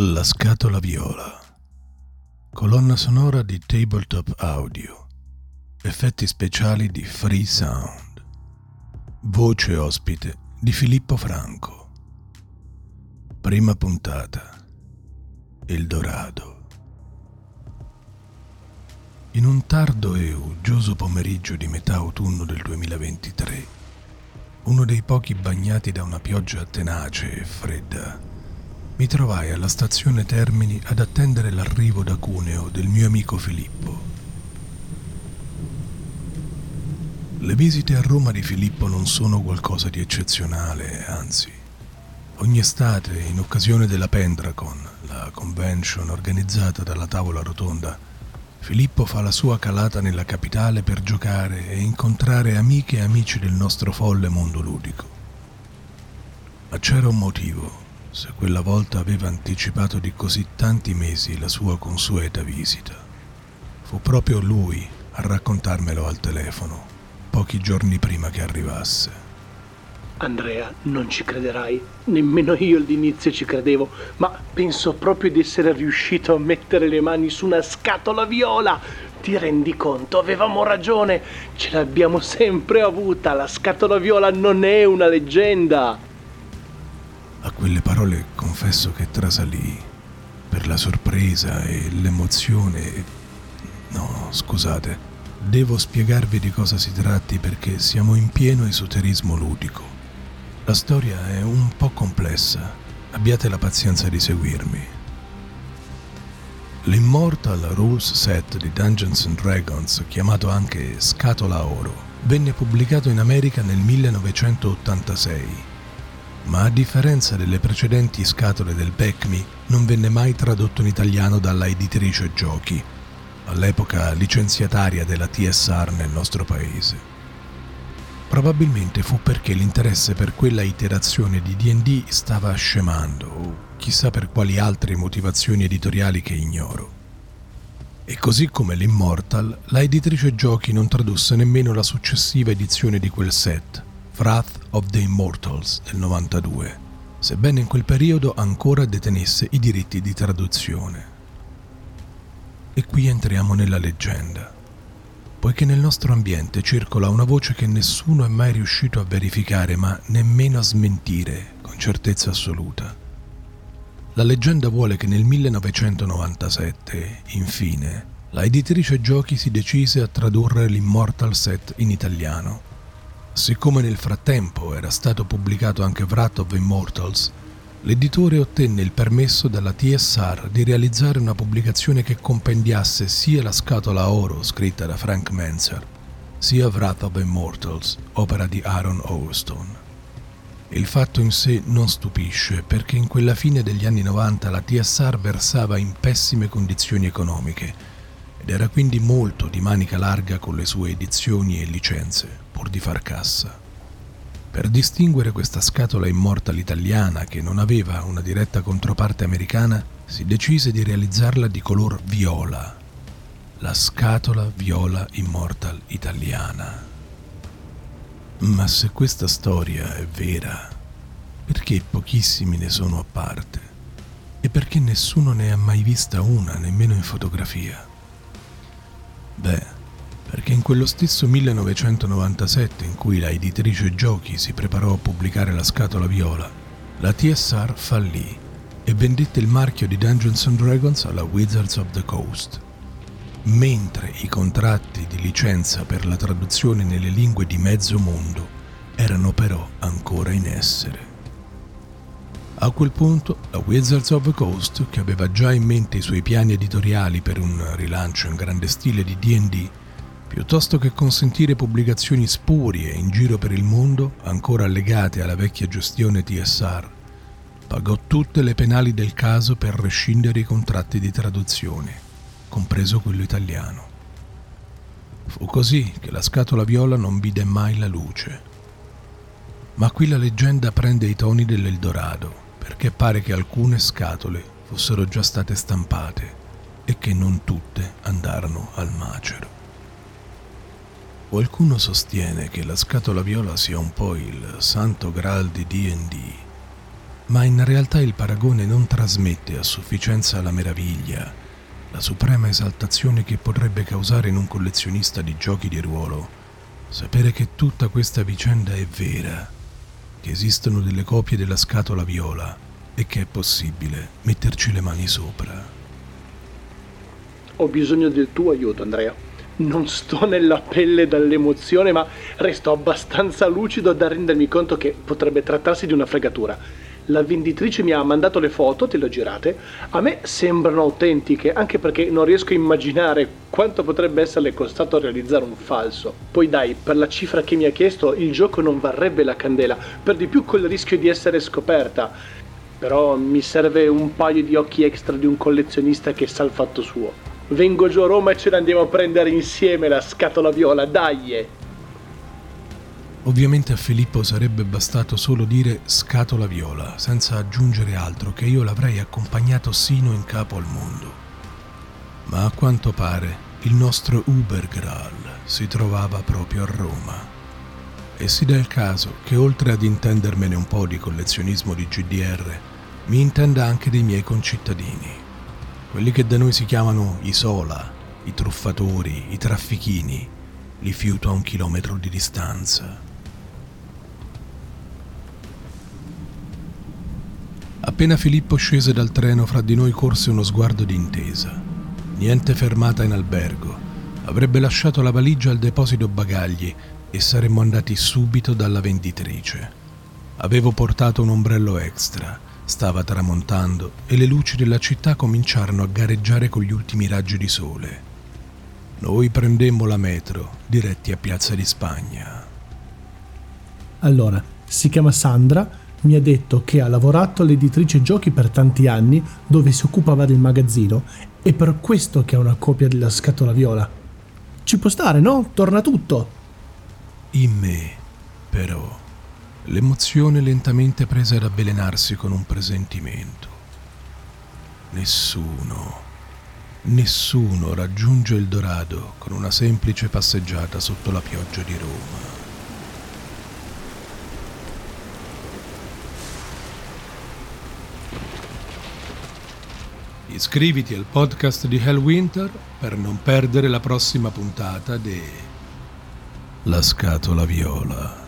La scatola viola. Colonna sonora di Tabletop Audio. Effetti speciali di Free Sound. Voce ospite di Filippo Franco. Prima puntata. Il Dorado. In un tardo e uggioso pomeriggio di metà autunno del 2023, uno dei pochi bagnati da una pioggia tenace e fredda, mi trovai alla stazione Termini ad attendere l'arrivo da Cuneo del mio amico Filippo. Le visite a Roma di Filippo non sono qualcosa di eccezionale, anzi, ogni estate, in occasione della Pendracon, la convention organizzata dalla Tavola Rotonda, Filippo fa la sua calata nella capitale per giocare e incontrare amiche e amici del nostro folle mondo ludico. Ma c'era un motivo se quella volta aveva anticipato di così tanti mesi la sua consueta visita. Fu proprio lui a raccontarmelo al telefono, pochi giorni prima che arrivasse. Andrea, non ci crederai, nemmeno io all'inizio ci credevo, ma penso proprio di essere riuscito a mettere le mani su una scatola viola. Ti rendi conto? Avevamo ragione, ce l'abbiamo sempre avuta, la scatola viola non è una leggenda. A quelle parole confesso che trasalì per la sorpresa e l'emozione. No, scusate, devo spiegarvi di cosa si tratti perché siamo in pieno esoterismo ludico. La storia è un po' complessa, abbiate la pazienza di seguirmi. L'Immortal Rules Set di Dungeons & Dragons, chiamato anche Scatola Oro, venne pubblicato in America nel 1986. Ma a differenza delle precedenti scatole del BECMI, non venne mai tradotto in italiano dalla editrice Giochi, all'epoca licenziataria della TSR nel nostro paese. Probabilmente fu perché l'interesse per quella iterazione di D&D stava scemando, o chissà per quali altre motivazioni editoriali che ignoro. E così come l'Immortal, la editrice Giochi non tradusse nemmeno la successiva edizione di quel set, Wrath of the Immortals del 92, sebbene in quel periodo ancora detenesse i diritti di traduzione. E qui entriamo nella leggenda, poiché nel nostro ambiente circola una voce che nessuno è mai riuscito a verificare, ma nemmeno a smentire con certezza assoluta. La leggenda vuole che nel 1997, infine, la editrice Giochi si decise a tradurre l'Immortal Set in italiano. Siccome nel frattempo era stato pubblicato anche Wrath of the Immortals, l'editore ottenne il permesso dalla TSR di realizzare una pubblicazione che compendiasse sia la scatola oro scritta da Frank Manzer, sia Wrath of the Immortals, opera di Aaron Houston. Il fatto in sé non stupisce perché in quella fine degli anni 90 la TSR versava in pessime condizioni economiche ed era quindi molto di manica larga con le sue edizioni e licenze, pur di far cassa. Per distinguere questa scatola Immortal italiana, che non aveva una diretta controparte americana, si decise di realizzarla di color viola, la scatola viola Immortal italiana. Ma se questa storia è vera, perché pochissimi ne sono a parte? E perché nessuno ne ha mai vista una, nemmeno in fotografia? Beh, perché in quello stesso 1997 in cui la editrice Giochi si preparò a pubblicare la scatola viola, la TSR fallì e vendette il marchio di Dungeons & Dragons alla Wizards of the Coast, mentre i contratti di licenza per la traduzione nelle lingue di mezzo mondo erano però ancora in essere. A quel punto la Wizards of the Coast, che aveva già in mente i suoi piani editoriali per un rilancio in grande stile di D&D, piuttosto che consentire pubblicazioni spurie in giro per il mondo, ancora legate alla vecchia gestione TSR, pagò tutte le penali del caso per rescindere i contratti di traduzione, compreso quello italiano. Fu così che la scatola viola non vide mai la luce. Ma qui la leggenda prende i toni dell'Eldorado, perché pare che alcune scatole fossero già state stampate e che non tutte andarono al macero. Qualcuno sostiene che la scatola viola sia un po' il santo graal di D&D, ma in realtà il paragone non trasmette a sufficienza la meraviglia, la suprema esaltazione che potrebbe causare in un collezionista di giochi di ruolo sapere che tutta questa vicenda è vera, che esistono delle copie della scatola viola e che è possibile metterci le mani sopra. Ho bisogno del tuo aiuto, Andrea. Non sto nella pelle dall'emozione, ma resto abbastanza lucido da rendermi conto che potrebbe trattarsi di una fregatura. La venditrice mi ha mandato le foto, te le ho girate. A me sembrano autentiche, anche perché non riesco a immaginare quanto potrebbe esserle costato realizzare un falso. Poi dai, per la cifra che mi ha chiesto, il gioco non varrebbe la candela, per di più col rischio di essere scoperta. Però mi serve un paio di occhi extra di un collezionista che sa il fatto suo. Vengo giù a Roma e ce ne andiamo a prendere insieme la scatola viola, dai! Ovviamente a Filippo sarebbe bastato solo dire scatola viola, senza aggiungere altro, che io l'avrei accompagnato sino in capo al mondo. Ma a quanto pare il nostro Uber Graal si trovava proprio a Roma. E si dà il caso che oltre ad intendermene un po' di collezionismo di GDR, mi intenda anche dei miei concittadini, quelli che da noi si chiamano i Sola, i truffatori, i traffichini, li fiuto a 1 chilometro di distanza. Appena Filippo scese dal treno, fra di noi corse uno sguardo di intesa. Niente fermata in albergo. Avrebbe lasciato la valigia al deposito bagagli e saremmo andati subito dalla venditrice. Avevo portato un ombrello extra, stava tramontando e le luci della città cominciarono a gareggiare con gli ultimi raggi di sole. Noi prendemmo la metro, diretti a Piazza di Spagna. Allora, si chiama Sandra, mi ha detto che ha lavorato all'editrice giochi per tanti anni dove si occupava del magazzino e per questo che ha una copia della scatola viola. Ci può stare, no? Torna tutto. In me, però, l'emozione lentamente prese ad avvelenarsi con un presentimento. Nessuno raggiunge il Dorado con una semplice passeggiata sotto la pioggia di Roma. Iscriviti al podcast di Hellwinter per non perdere la prossima puntata di La Scatola Viola.